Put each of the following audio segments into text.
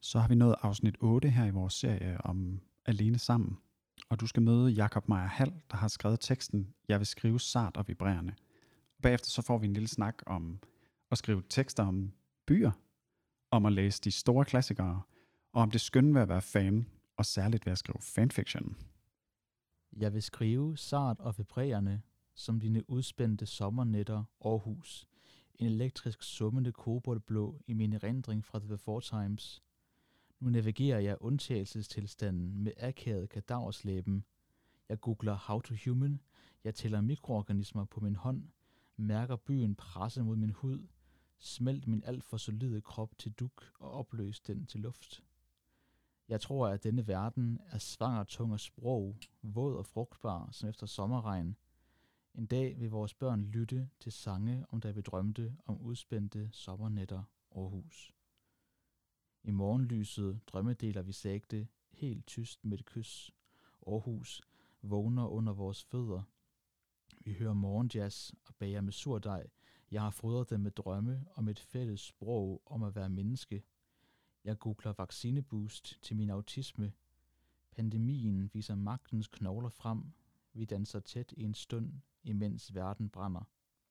Så har vi nået afsnit 8 her i vores serie om Alene Sammen. Og du skal møde Jakob Meyer Hall, der har skrevet teksten Jeg vil skrive sart og vibrerende. Bagefter så får vi en lille snak om at skrive tekster om byer, om at læse de store klassikere, og om det skønne ved at være fan, og særligt ved at skrive fanfiction. Jeg vil skrive sart og vibrerende, som dine udspændte sommernætter Aarhus. En elektrisk summende koboldblå i min erindring fra The Before Times. Nu navigerer jeg undtagelsestilstanden med akavet kadaverslæben. Jeg googler how to human. Jeg tæller mikroorganismer på min hånd. Mærker byen presse mod min hud. Smelt min alt for solide krop til duk og opløs den til luft. Jeg tror, at denne verden er svanger, tung og sprog, våd og frugtbar som efter sommerregn. En dag vil vores børn lytte til sange, om da vi drømte om udspændte sommernætter Aarhus. I morgenlyset drømmedeler vi sagte, helt tyst med et kys. Aarhus vågner under vores fødder. Vi hører morgenjazz og bager med surdej. Jeg har fodret dem med drømme om et fælles sprog om at være menneske. Jeg googler vaccineboost til min autisme. Pandemien viser magtens knogler frem. Vi danser tæt i en stund, imens verden brænder.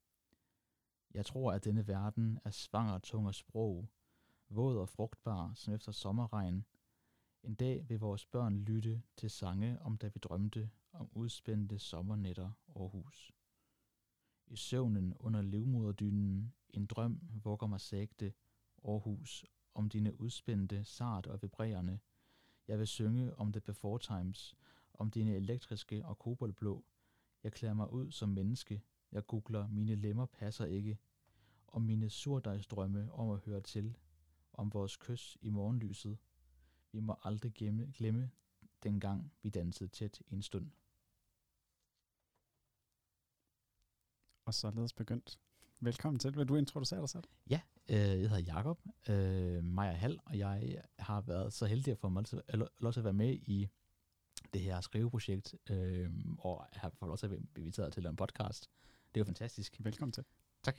Jeg tror, at denne verden er svanger, tung og sprog, våd og frugtbar som efter sommerregn. En dag vil vores børn lytte til sange, om da vi drømte om udspændte sommernætter Aarhus. I søvnen under livmoderdynen, en drøm vugger mig sagte, Aarhus, om dine udspændte, sart og vibrerende. Jeg vil synge om The Before Times, om dine elektriske og koboldblå. Jeg klæder mig ud som menneske. Jeg googler, mine lemmer passer ikke. Om mine surdejsdrømme om at høre til. Om vores kys i morgenlyset. Vi må aldrig glemme dengang vi dansede tæt i en stund. Og således begyndt. Velkommen til. Vil du introducere dig selv? Ja, jeg hedder Jakob Meyer Hall, og jeg har været så heldig at få lov til at være med i det her skriveprojekt, og har fået lov til at være inviteret til en podcast. Det er jo fantastisk. Velkommen til. Tak.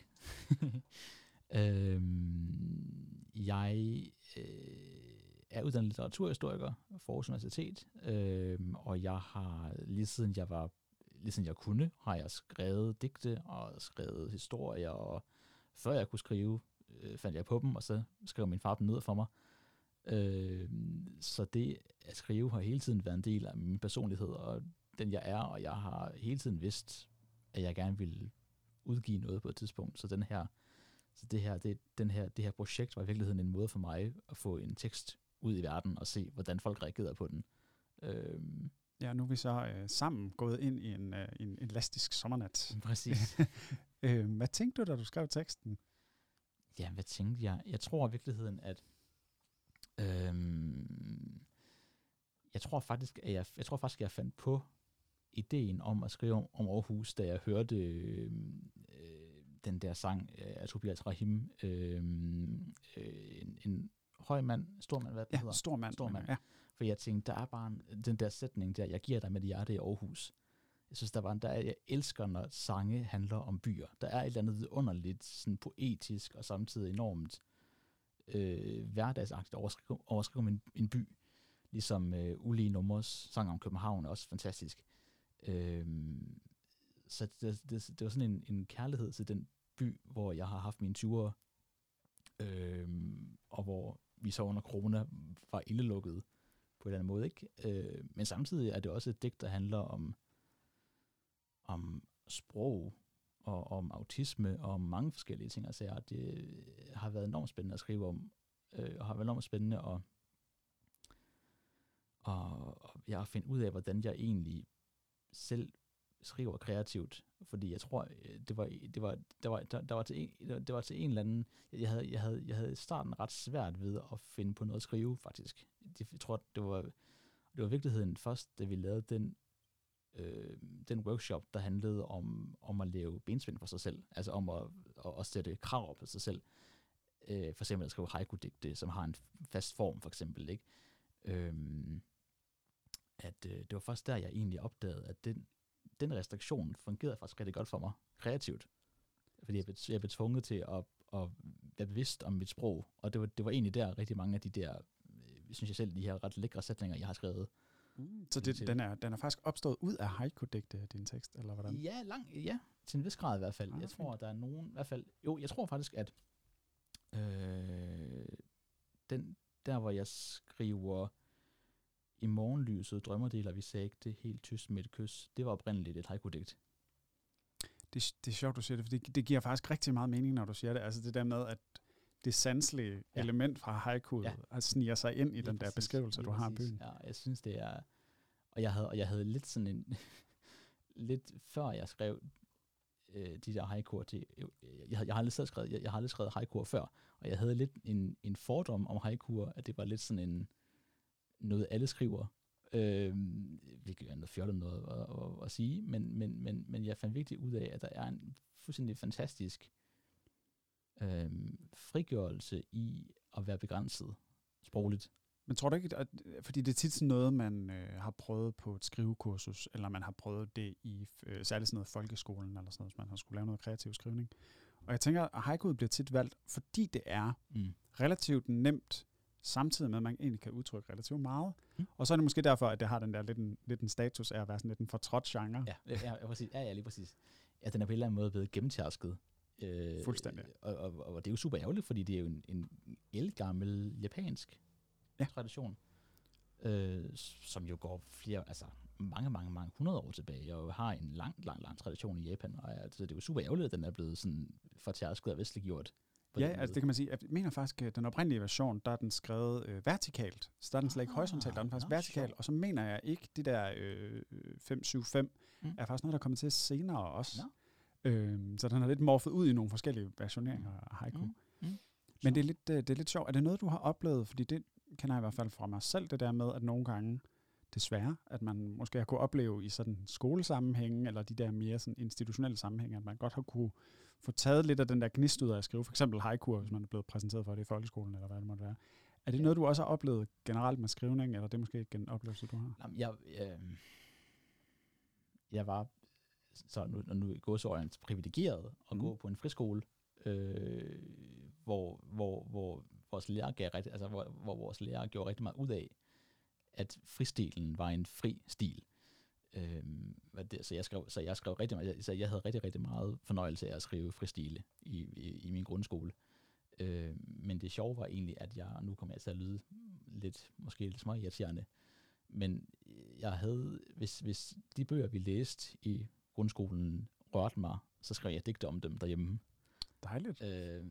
Jeg er uddannet litteraturhistoriker fra Aarhus Universitet, og jeg har lige siden jeg kunne, har jeg skrevet digte og skrevet historier, og før jeg kunne skrive, fandt jeg på dem, og så skrev min far dem ned for mig. Så det at skrive har hele tiden været en del af min personlighed, og den jeg er, og jeg har hele tiden vidst, at jeg gerne ville udgive noget på et tidspunkt. Så det her projekt var i virkeligheden en måde for mig at få en tekst ud i verden og se, hvordan folk reagerede på den. Ja, nu er vi så sammen gået ind i en elastisk sommernat. Præcis. Hvad tænkte du, da du skrev teksten? Ja, hvad tænkte jeg? Jeg tror i virkeligheden, at jeg tror faktisk, at jeg fandt på ideen om at skrive om Aarhus, da jeg hørte den der sang af Tobias Rahim, en høj mand, stor mand, hvad det hedder? Stor mand. Ja. For jeg tænkte, der er bare den der sætning der, jeg giver dig med det hjerte i Aarhus. Jeg synes, jeg elsker, når sange handler om byer. Der er et eller andet underligt, sådan poetisk og samtidig enormt hverdagsagtigt overskrive om en by. Ligesom Ulige Nummers sang om København er også fantastisk. Så det var sådan en kærlighed til den by, hvor jeg har haft mine ture, og hvor vi så under corona var indelukket på en eller anden måde, ikke? Men samtidig er det også et digt, der handler om sprog og om autisme og om mange forskellige ting. Altså, det har været enormt spændende at skrive om, og har været enormt spændende og jeg har fundet ud af, hvordan jeg egentlig selv skriver kreativt, fordi jeg tror, det var til en eller anden, jeg havde i starten ret svært ved at finde på noget at skrive, faktisk. Jeg tror, det var i virkeligheden først, da vi lavede den workshop, der handlede om at lave benspænd for sig selv, altså om at sætte krav op på sig selv. For eksempel at skrive haiku-digte, som har en fast form, for eksempel, ikke? Det var først der, jeg egentlig opdagede, at den restriktion fungerede faktisk rigtig godt for mig, kreativt. Fordi jeg blev tvunget til at være bevidst om mit sprog, og det var egentlig der rigtig mange af de der synes jeg selv, de her ret lækre sætninger, jeg har skrevet. Så den er faktisk opstået ud af haiku-digte, din tekst, eller hvordan? Ja, til en vis grad i hvert fald. Jeg tror, der er nogen, i hvert fald, jeg tror faktisk, at den der, hvor jeg skriver i morgenlyset, drømmerdeler vi sagde det helt tyst med et kys, det var oprindeligt et haiku-digt. Det er sjovt, du siger det, fordi det giver faktisk rigtig meget mening, når du siger det. Altså det der med, at det sanselige element fra haikuet sniger sig ind i den der beskrivelse, du har af byen. Ja, jeg synes, det er... Og jeg havde lidt sådan en... lidt før jeg skrev de der haikuer til... Jeg har aldrig skrevet haikuer før, og jeg havde lidt en fordom om haikuer, at det var lidt sådan noget alle skriver, hvilket er noget fjollet noget at sige, men jeg fandt virkelig ud af, at der er en fuldstændig fantastisk frigørelse i at være begrænset sprogligt. Men tror du ikke, at, fordi det er tit sådan noget, man har prøvet på et skrivekursus, eller man har prøvet det i særligt sådan noget folkeskolen, eller sådan noget, hvis man har skulle lave noget kreativ skrivning. Og jeg tænker, at haikuet bliver tit valgt, fordi det er relativt nemt, samtidig med, at man egentlig kan udtrykke relativt meget. Og så er det måske derfor, at det har den der lidt en status af at være sådan lidt en fortrådt genre. Ja, præcis. Ja, lige præcis. Ja, den er på en eller anden måde blevet gennemtærsket. Fuldstændig. Og det er jo super ærgerligt, fordi det er jo en ældgammel japansk tradition, som jo går mange 100 år tilbage, og har en lang tradition i Japan. Og altså, det er jo super ærgerligt, at den er blevet sådan fortærsket og vestliggjort. Ja, altså det kan man sige. Jeg mener faktisk, at den oprindelige version, der er den skrevet vertikalt. Så der er den slet ikke horisontalt, der er den faktisk vertikal. Og så mener jeg ikke, det der 575 er faktisk noget, der kommer til senere også. Så den har lidt morfet ud i nogle forskellige versioneringer af haiku. Men det er lidt sjovt. Er det noget, du har oplevet? Fordi det kender jeg i hvert fald fra mig selv, det der med, at nogle gange, desværre, at man måske har kunne opleve i sådan skolesammenhænge, eller de der mere sådan institutionelle sammenhænge, at man godt har kunne få taget lidt af den der gnist ud af at skrive, for eksempel haiku, hvis man er blevet præsenteret for det i folkeskolen, eller hvad det måtte være. Er det noget, du også har oplevet generelt med skrivning, eller det er måske ikke en oplevelse, du har? Jeg var så nu i gåseøjne privilegeret at gå på en friskole, hvor vores lærer hvor vores lærer gjorde rigtig meget ud af, at fristilen var en fri stil. Så jeg havde rigtig meget fornøjelse af at skrive fristile i min grundskole. Men det sjove var egentlig, at nu kommer jeg til at lyde måske lidt småirriterende, men jeg havde, hvis de bøger, vi læste i grundskolen, rørte mig, så skrev jeg digte om dem derhjemme. Dejligt.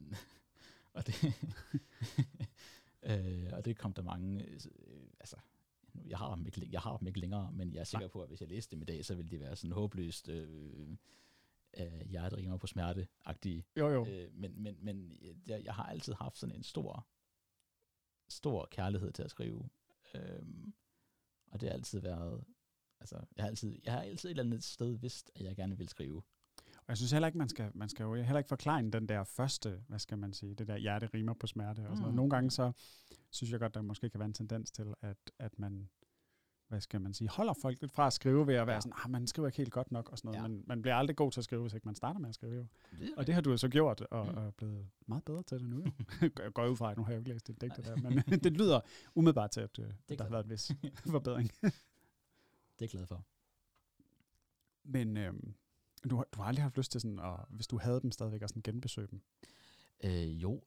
Og det kom der mange, jeg har dem ikke længere, men jeg er sikker på, at hvis jeg læste dem i dag, så ville de være sådan håbløst hjerterimer på smerte-agtige. Jo. Men jeg har altid haft sådan en stor kærlighed til at skrive. Og det har altid været, jeg har altid et eller andet sted vidst, at jeg gerne vil skrive. Og jeg synes heller ikke, man skal jo heller ikke forklare den der første, hvad skal man sige, det der hjerterimer på smerte og sådan noget. Nogle gange så synes jeg godt, der måske kan være en tendens til, at man, hvad skal man sige, holder folk lidt fra at skrive ved at være sådan, man skriver ikke helt godt nok og sådan noget, men man bliver aldrig god til at skrive, hvis ikke man starter med at skrive. Og det har du jo så gjort, og er blevet meget bedre til det nu. Jeg går ud fra, at nu har jeg jo ikke læst det digte der, men det lyder umiddelbart til, at der har været en vis forbedring. Det er jeg glad for. Men du har aldrig haft lyst til sådan, og hvis du havde dem stadigvæk, at sådan genbesøge dem? Jo.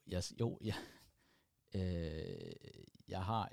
Jeg har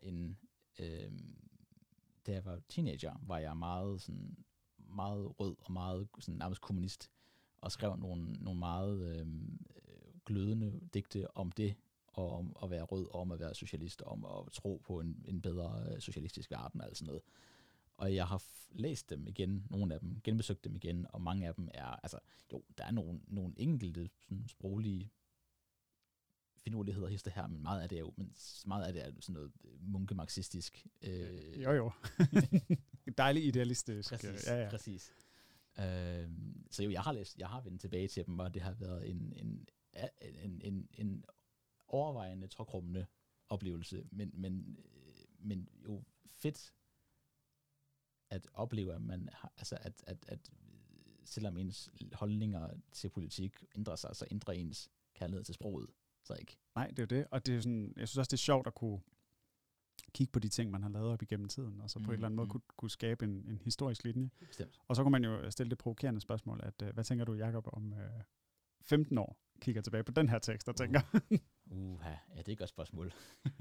da jeg var teenager, var jeg meget rød og meget sådan, nærmest kommunist, og skrev nogle meget glødende digte om det, og om at være rød, og om at være socialist, og om at tro på en bedre socialistisk verden, og alt sådan noget. Og jeg har læst dem igen, nogle af dem, genbesøgt dem igen, og mange af dem er, der er nogle enkelte sådan, sproglige finurligheder hister her, men meget af det er sådan noget munkemarxistisk. Jo. Dejligt idealistisk. Præcis. Så jo, jeg har vendt tilbage til dem, og det har været en overvejende trokrummende oplevelse, men jo fedt at opleve, at man at selvom ens holdninger til politik ændrer sig, så ændrer ens kærlighed til sproget så ikke. Nej, det er jo det, og det er sådan, jeg synes også, det er sjovt at kunne kigge på de ting, man har lavet op igennem tiden, og så på en eller anden måde kunne skabe en historisk linje. Bestemt. Og så kunne man jo stille det provokerende spørgsmål, at hvad tænker du, Jacob, om 15 år kigger tilbage på den her tekst og tænker... Ja, det er et godt spørgsmål.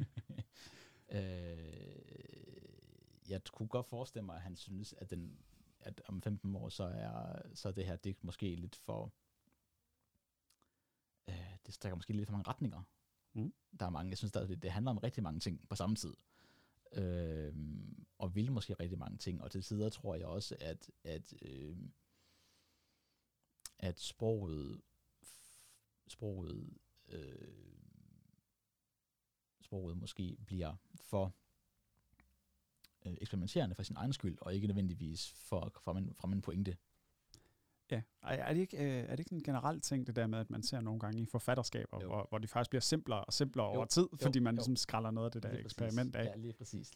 Jeg kunne godt forestille mig, at han synes, at om 15 år, så er det her digt måske lidt for... det strækker måske lidt for mange retninger. Der er mange, jeg synes, det handler om rigtig mange ting på samme tid. Og vil måske rigtig mange ting. Og til tider tror jeg også, at sproget måske bliver for eksperimenterende for sin egen skyld, og ikke nødvendigvis fra en pointe. Ja, er det ikke en generel ting, det der med, at man ser nogle gange i forfatterskaber, hvor de faktisk bliver simplere og simplere over tid, fordi man ligesom skræller noget af det der lige eksperiment af? Ja, lige præcis.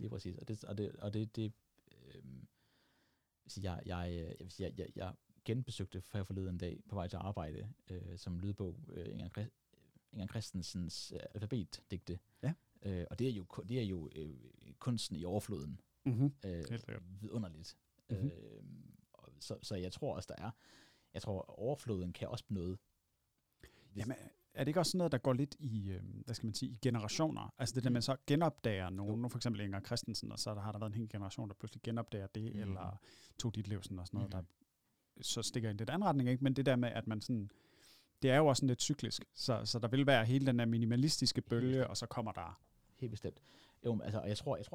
Jeg genbesøgte forleden dag på vej til arbejde som lydbog Inger Christensens alfabetdigte. Ja. Og det er jo kunsten i overfloden. Vidunderligt. Så jeg tror også, jeg tror, overfloden kan også noget. Jamen, er det ikke også sådan noget, der går lidt i, i generationer? Altså det der med så genopdager nogen, nu for eksempel Inger Christensen, og så har der været en hel generation, der pludselig genopdager det, eller Tove Ditlevsen og sådan noget, der så stikker i en lidt anden retning, ikke? Men det der med, at man sådan, det er jo også sådan lidt cyklisk, så der vil være hele den der minimalistiske bølge, og så kommer der... Helt bestemt. Jo, altså, jeg tror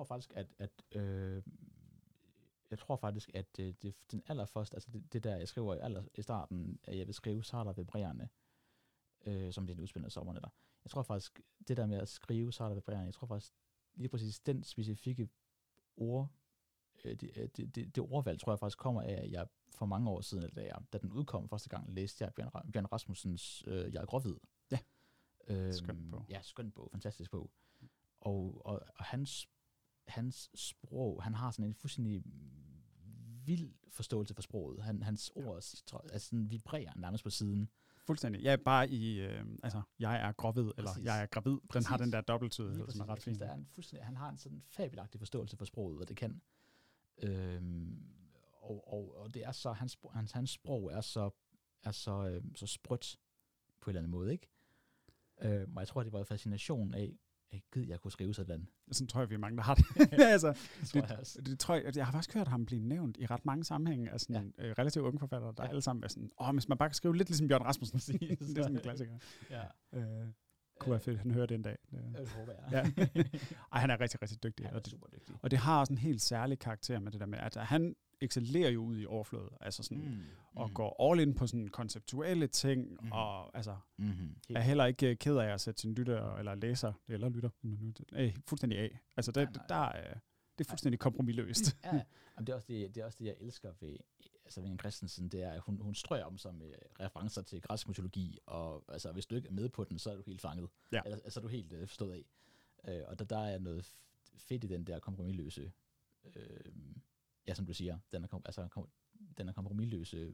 faktisk, at den allerførste, altså det der, jeg skriver i starten, at jeg vil skrive Sartre vibrerende, som det er en udspillende sommernetter. Jeg tror faktisk, det der med at skrive Sartre vibrerende, jeg tror faktisk lige præcis den specifikke det ordvalg, tror jeg faktisk kommer af, at jeg for mange år siden, da den udkom første gang, læste jeg Bjørn Rasmussens Jeg er gråhvid. Ja, skønt bog. Ja, skønt bog, fantastisk bog. Og hans sprog, han har sådan en fuldstændig vild forståelse for sproget. Hans ord er sådan vibrerer nærmest på siden. Fuldstændig. Ja, bare i, jeg er gråhvid, eller jeg er gravid. Den har den der dobbelttydighed, som er ret fin. Han har en sådan fabelagtig forståelse for sproget, og det kan. Og det er så, hans sprog er så sprødt på en eller anden måde, ikke? Og jeg tror, det var en fascination af, jeg kunne skrive sådan. Sådan tror jeg, vi er mange, der har det. Altså, det tror jeg har faktisk hørt ham blive nævnt i ret mange sammenhænge af sådan relativt unge forfattere, der alle sammen er sådan, hvis man bare kan skrive lidt ligesom Bjørn Rasmussen siger. Det er sådan en klassiker. Ja. Kunne være fedt, han hører det en dag. Det håber jeg. Ja. Ej, han er rigtig, rigtig dygtig. Han er super dygtig. Og det har også en helt særlig karakter med det der med, at han excellerer jo ud i overflod, altså sådan, og går all in på sådan konceptuelle ting, og altså, er heller ikke ked af at sætte sin lytter, eller læser, eller lytter, fuldstændig af. Altså, det er fuldstændig kompromisløst. Ja, men det er også det, jeg elsker ved Inger Christensen, det er, at hun strøger om sig med referencer til græsk mytologi, og altså, hvis du ikke er med på den, så er du helt fanget. Ja. Eller så er du helt forstået af. Og der er noget fedt i den der kompromisløse, som du siger, den er kompromisløse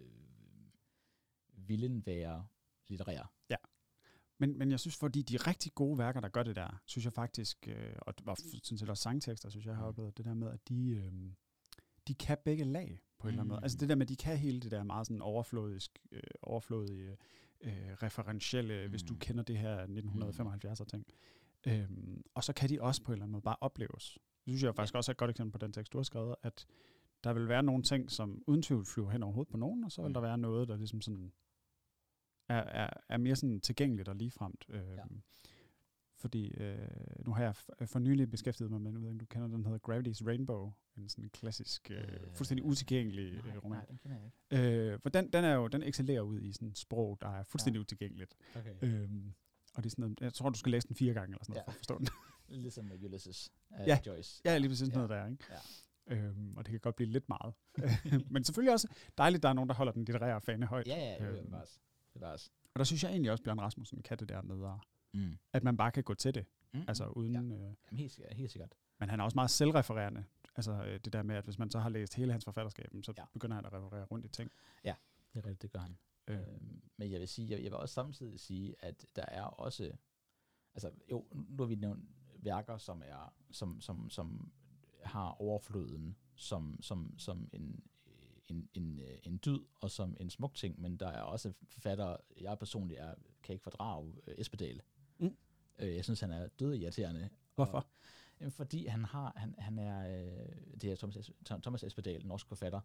villen være litterær. Ja. Men jeg synes, fordi de rigtig gode værker, der gør det der, synes jeg faktisk, og sådan set også sangtekster, synes jeg har oplevet, det der med, at de kan begge lag på en eller anden måde. Altså det der med, at de kan hele det der meget sådan overflødige referentielle, hvis du kender det her 1975'er ting. Og så kan de også på en eller anden måde bare opleves. Det synes jeg faktisk også er et godt eksempel på den tekst, du har skrevet, at der vil være nogle ting, som uden tvivl flyver hen over hovedet på nogen, og så vil der være noget, der ligesom sådan er mere sådan tilgængeligt og ligefremt. Fordi nu har jeg for nylig beskæftiget mig med, jeg ved ikke, du kender den hedder Gravity's Rainbow, en sådan klassisk, fuldstændig utilgængelig roman. Nej, den kender jeg ikke. For den excellerer ud i sådan et sprog, der er fuldstændig utilgængeligt. Okay. Og det er sådan noget, jeg tror, du skal læse den 4 gange eller sådan noget, for at forstå den. Ligesom med Ulysses Joyce. Ja, lige præcis noget der, ikke? Ja. Og det kan godt blive lidt meget. Men selvfølgelig også dejligt, der er nogen, der holder den litterære fane højt. Ja, det var også. Og der synes jeg egentlig også, Bjørn Rasmussen kan det der med, at man bare kan gå til det. Altså uden... helt sikkert. Men han er også meget selvrefererende. Altså det der med, at hvis man så har læst hele hans forfatterskab, så begynder han at referere rundt i ting. Ja, det er rigtigt, det gør han. Men jeg vil også samtidig sige, at der er også... Altså jo, nu har vi værker, som har overfloden som en dyd og som en smuk ting, men der er også forfattere, jeg personligt kan ikke fordrage Espedal. Jeg synes, han er dødirriterende. Hvorfor? Fordi han er det er Thomas Espedal, norsk forfatter,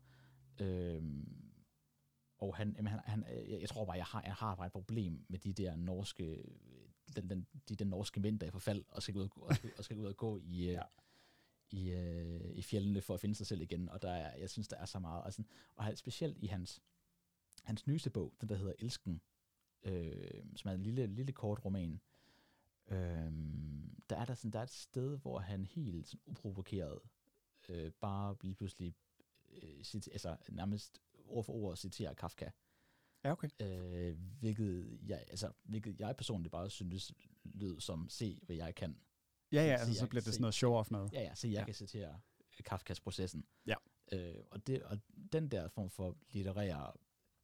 og jeg tror bare, jeg har bare et problem med de der norske, de norske mænd, der er i forfald, og skal ud og gå i fjellene for at finde sig selv igen, og jeg synes, der er så meget, og specielt i hans nyeste bog, den der hedder Elsken, som er en lille kort roman, der er et sted, hvor han helt sådan uprovokeret bare lige pludselig nærmest ord for ord citerer Kafka. Ja, okay. Hvilket jeg personligt bare synes lød som, se hvad jeg kan. Ja, så bliver det sådan noget show-off noget. Ja, så jeg kan citere Kafkas Processen. Ja. Og den der form for litterær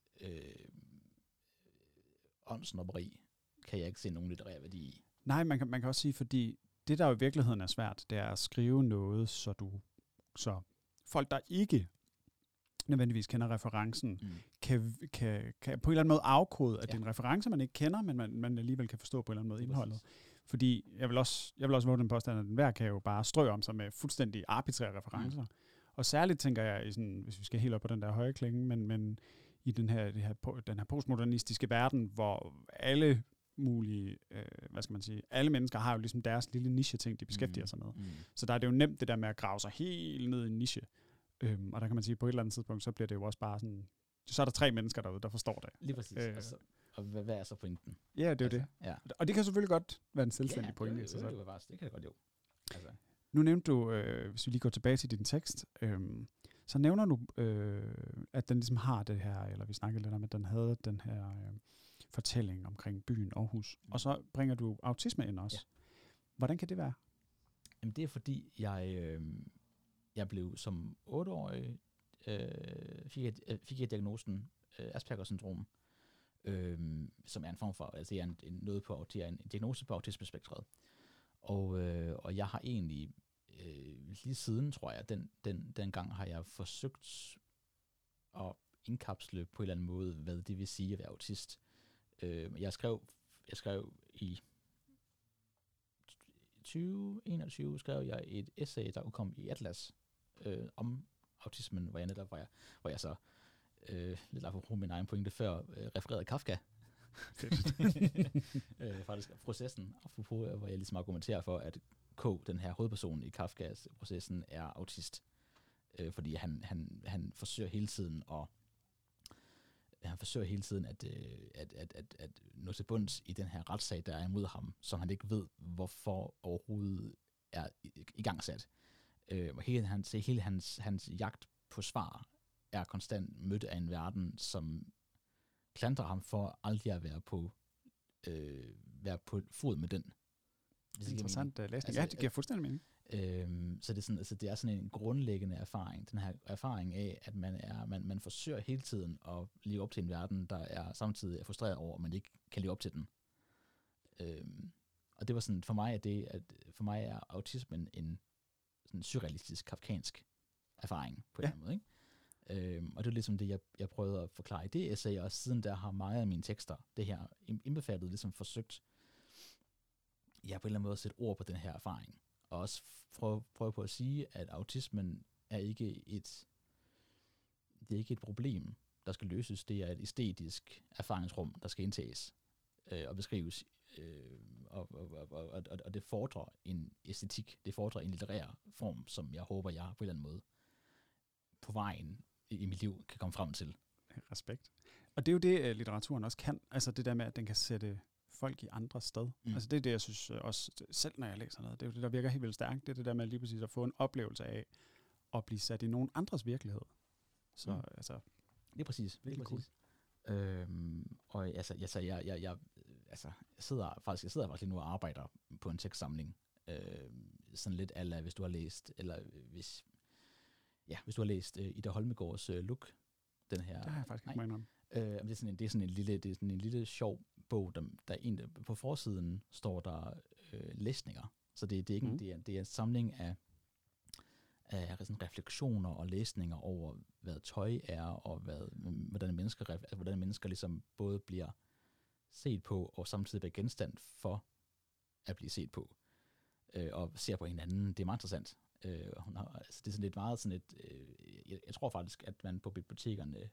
åndsnopperi, kan jeg ikke se nogen litterær værdi i. Nej, man kan også sige, fordi det, der jo i virkeligheden er svært, det er at skrive noget, så folk, der ikke nødvendigvis kender referencen, kan på en eller anden måde afkode, at det er en reference, man ikke kender, men man alligevel kan forstå på en eller anden måde indholdet. Fordi jeg vil også våge den påstand, at enhver kan jo bare strø om sig med fuldstændig arbitrære referencer. Og særligt tænker jeg, hvis vi skal helt op på den der høje klinge, men i den her postmodernistiske verden, hvor alle mulige, alle mennesker har jo ligesom deres lille niche-ting, de beskæftiger sig med. Så der er det jo nemt det der med at grave sig helt ned i en niche. Og der kan man sige, på et eller andet tidspunkt, så bliver det jo også bare sådan, så er der 3 mennesker derude, der forstår det. Lige præcis. Og hvad er så pointen? Ja, det er jo det. Ja. Og det kan selvfølgelig godt være en selvstændig pointe. Det kan det godt jo. Altså. Nu nævnte du, hvis vi lige går tilbage til din tekst, så nævner du, at den ligesom har det her, eller vi snakkede lidt om, at den havde den her fortælling omkring byen Aarhus. Og så bringer du autisme ind også. Ja. Hvordan kan det være? Jamen det er fordi, jeg blev som 8-årig, fik jeg diagnosen Asperger-syndrom, som er en form for, altså det er en diagnose på autismespektret. Og jeg har egentlig lige siden, tror jeg, den gang har jeg forsøgt at indkapsle på en eller anden måde, hvad det vil sige at være autist. Jeg skrev i 2021 skrev jeg et essay, der udkom i Atlas om autismen, hvor jeg så lidt apropos min egen pointe før, refererede Kafka. Faktisk Processen, hvor jeg ligesom argumenterer for, at K, den her hovedperson i Kafkas Processen, er autist. Fordi han forsøger hele tiden at nå til bunds i den her retssag, der er imod ham, som han ikke ved, hvorfor overhovedet er i gang sat. Og hele hans jagt på svar er konstant mødt af en verden, som klandrer ham for aldrig at være på fod med den. Interessant læsning. Altså, ja, det giver fuldstændig mening. Så det er sådan en grundlæggende erfaring. Den her erfaring af, at man forsøger hele tiden at leve op til en verden, der er samtidig frustreret over, at man ikke kan leve op til den. Og det var sådan, for mig er autismen en sådan surrealistisk, kafkansk erfaring på en eller anden måde, ikke? Og det er ligesom det, jeg prøvede at forklare i det essay, og siden der har meget af mine tekster, det her indbefattet, ligesom forsøgt, på en eller anden måde at sætte ord på den her erfaring. Og også prøve på at sige, at autismen er ikke et problem, der skal løses. Det er et æstetisk erfaringsrum, der skal indtages og beskrives. Og det fordrer en æstetik, det fordrer en litterær form, som jeg håber, jeg på en eller anden måde på vejen i mit liv kan komme frem til. Respekt. Og det er jo det, litteraturen også kan. Altså det der med, at den kan sætte folk i andre sted. Altså det er det, jeg synes også, selv når jeg læser noget, det er jo det, der virker helt vildt stærkt. Det er det der med lige præcis at få en oplevelse af at blive sat i nogen andres virkelighed. Så altså... Det er præcis. Virkelig cool. Og altså, jeg sidder faktisk lige nu og arbejder på en tekstsamling. Sådan lidt ala, hvis du har læst, eller hvis du har læst Ida Holmegårds Look, den her. Det har jeg faktisk ikke meget om. Det er sådan en lille sjov bog, der på forsiden står der læsninger, Så det er ikke det er en samling af sådan refleksioner og læsninger over, hvad tøj er, og hvordan mennesker ligesom både bliver set på, og samtidig bliver genstand for at blive set på, og ser på hinanden. Det er meget interessant. Det er sådan lidt meget sådan et, jeg tror faktisk, at man på bibliotekerne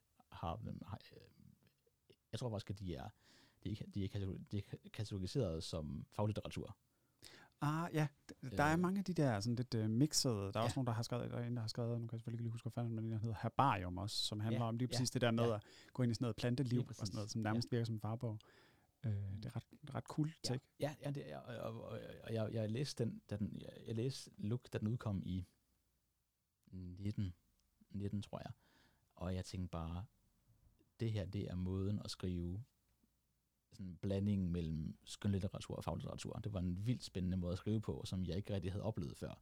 jeg tror faktisk, at de er katalogiseret som faglitteratur. Ja, der er mange af de der sådan lidt mixede. Der er også nogen, der har skrevet, nu kan jeg selvfølgelig ikke lige huske, hvad fanden, men en, der hedder Herbarium også, som handler om lige præcis det der med at gå ind i sådan noget planteliv og sådan noget, som nærmest virker som en fagbog. Det er ret cool, ikke? Ja, det er, og jeg læste jeg læste Look, da den udkom i 19, tror jeg. Og jeg tænkte bare, det her, det er måden at skrive sådan en blanding mellem skønlitteratur og faglitteratur. Det var en vildt spændende måde at skrive på, som jeg ikke rigtig havde oplevet før.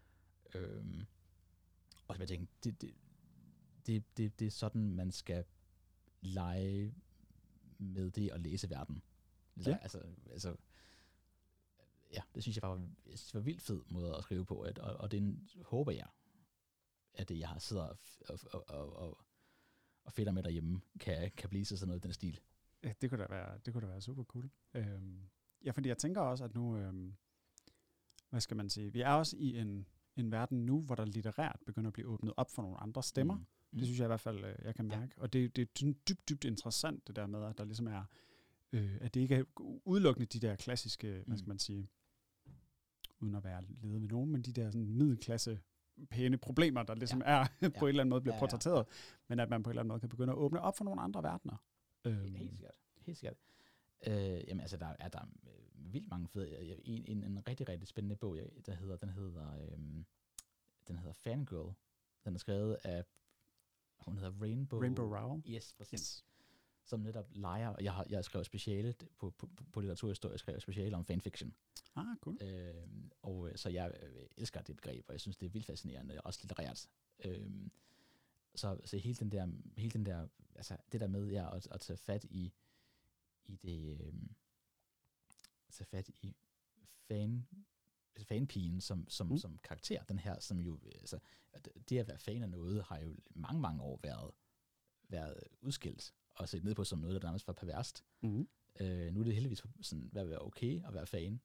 Og jeg tænkte, det er sådan, man skal lege med det at læse verden. Ja. Altså, det synes jeg var en vildt fed måde at skrive på, og det håber jeg, at det, jeg har siddet og fedter med derhjemme, kan blive sådan noget i den stil. Ja, det kunne da være super cool. Ja, fordi jeg tænker også, at nu, hvad skal man sige, vi er også i en verden nu, hvor der litterært begynder at blive åbnet op for nogle andre stemmer. Det synes jeg i hvert fald, jeg kan mærke. Og det er dybt interessant, det der med, at der ligesom er, at det ikke er udelukkende de der klassiske, hvad skal man sige, uden at være ledet ved nogen, men de der sådan middelklasse pæne problemer, der ligesom er på en eller anden måde bliver portrætteret, men at man på en eller anden måde kan begynde at åbne op for nogle andre verdener. Helt sikkert. Jamen altså, der er vildt mange fede. En rigtig, rigtig spændende bog, den hedder Fangirl. Den er skrevet af, hun hedder Rainbow Rowell. Yes, præcis. Yes. Som netop leger, og jeg har skrevet speciale på litteraturhistorie, jeg skrev speciale om fanfiction. Cool. Og så jeg elsker det begreb, og jeg synes, det er vildt fascinerende, og også litterært. Så hele den der, altså det der med at tage fat i det, tage fat i fanpigen som karakter, den her, som jo, altså, det at være fan af noget, har jo mange år været udskilt, og set ned på som noget, der nærmest var perverst. Nu er det heldigvis sådan, at være okay at være fan.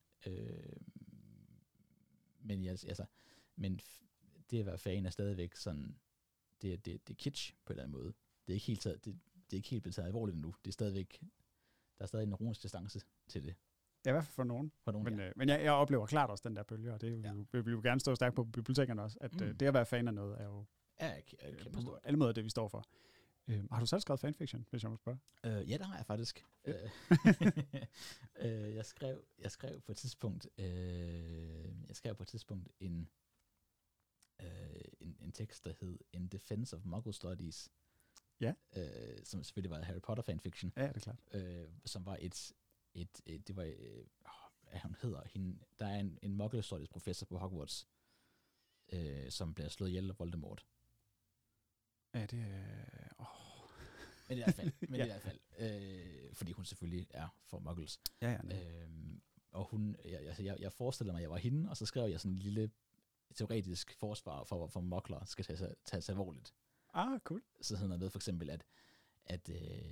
Men det at være fan er stadigvæk sådan, det er kitsch på en eller anden måde. Det er ikke helt blevet taget alvorligt endnu. Det er stadigvæk, der er stadig en ironisk distance til det. Ja, i hvert fald for nogen. Men jeg oplever klart også den der bølge, og det vil vi jo gerne stå stærkt på bibliotekerne også, at det at være fan af noget er jo på alle måder det, vi står for. Har du selv skrevet fanfiction, hvis jeg må spørge? Ja, det har jeg faktisk. Jeg skrev på et tidspunkt en tekst, der hed In Defense of Muggle Studies. Ja. Som selvfølgelig var Harry Potter fanfiction. Ja, det er klart. Som var hun hedder hende. Der er en Muggle Studies professor på Hogwarts, som bliver slået ihjel af Voldemort. Ja, det Men i hvert fald, fordi hun selvfølgelig er for Muggles. Ja. Og hun, jeg forestillede mig, at jeg var hende, og så skrev jeg sådan en lille teoretisk forsvar for Muggler skal tages alvorligt. Cool. Så sådan noget med for eksempel, at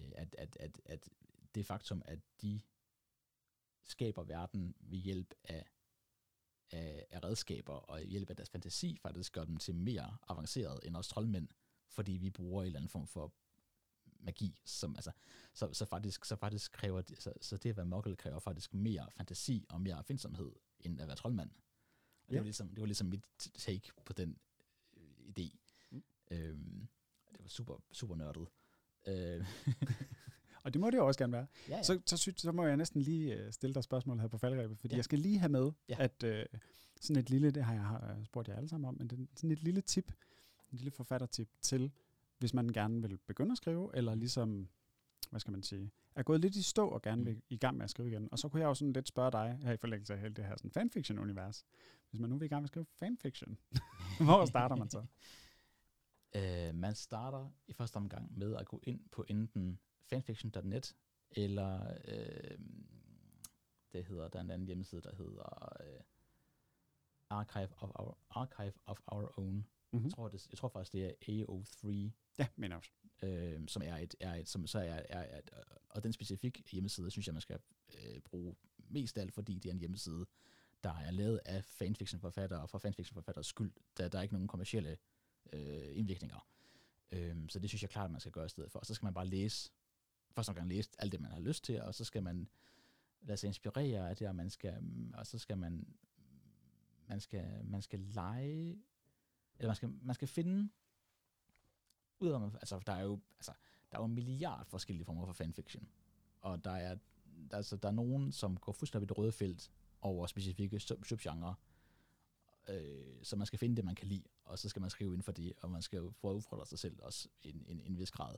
det faktum, at de skaber verden ved hjælp af redskaber og ved hjælp af deres fantasi, faktisk gør dem til mere avanceret end os troldmænd, fordi vi bruger en eller anden form for magi, som altså, så faktisk kræver det, så det at være muggle kræver faktisk mere fantasi og mere opfindsomhed, end at være troldmand. Og det var ligesom mit take på den idé. Det var super, super nørdet. Og det må det jo også gerne være. Ja. Så må jeg næsten lige stille dig spørgsmål her på faldrebet, fordi jeg skal lige have med, at sådan et lille, det har jeg spurgt jer alle sammen om, men det er sådan et lille tip, en lille forfattertip til, hvis man gerne vil begynde at skrive, eller ligesom, hvad skal man sige, er gået lidt i stå og gerne vil i gang med at skrive igen. Og så kunne jeg jo sådan lidt spørge dig, her i forlængelse af hele det her sådan fanfiction-univers, hvis man nu vil i gang med at skrive fanfiction, hvor starter man så? Man starter i første omgang med at gå ind på enten fanfiction.net, eller der er en anden hjemmeside, der hedder Archive of Our Own. Mm-hmm. Jeg tror faktisk, det er AO3. Ja, men også. Som er et, og den specifikke hjemmeside, synes jeg, man skal bruge mest af alt, fordi det er en hjemmeside, der er lavet af fanfiction-forfattere, og for fanfiction-forfatteres skyld, der er ikke nogen kommercielle indvirkninger. Så det synes jeg klart, man skal gøre i stedet for. Og så skal man bare først og læse alt det, man har lyst til, og så skal man lade sig inspirere af det, og så skal man skal lege, eller man skal finde ud af, altså der er jo en milliard forskellige former for fanfiction, og der er nogen, som går fuldstændig i det røde felt over specifikke subgenre, så man skal finde det, man kan lide, og så skal man skrive inden for det, og man skal jo få at udfordre sig selv også en vis grad.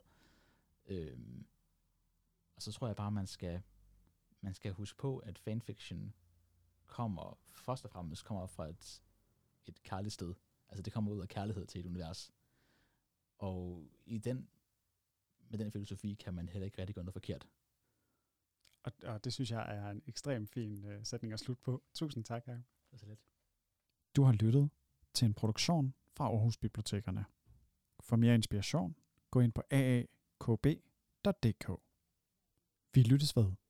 Og så tror jeg bare, man skal huske på, at fanfiction først og fremmest kommer fra et kærligt sted. Altså det kommer ud af kærlighed til et univers. Og med den filosofi kan man heller ikke rigtig gøre noget forkert. Og det synes jeg er en ekstremt fin sætning at slutte på. Tusind tak, Jacob. Det er så let. Du har lyttet til en produktion fra Aarhus Bibliotekerne. For mere inspiration, gå ind på aakb.dk. Vi lyttes ved.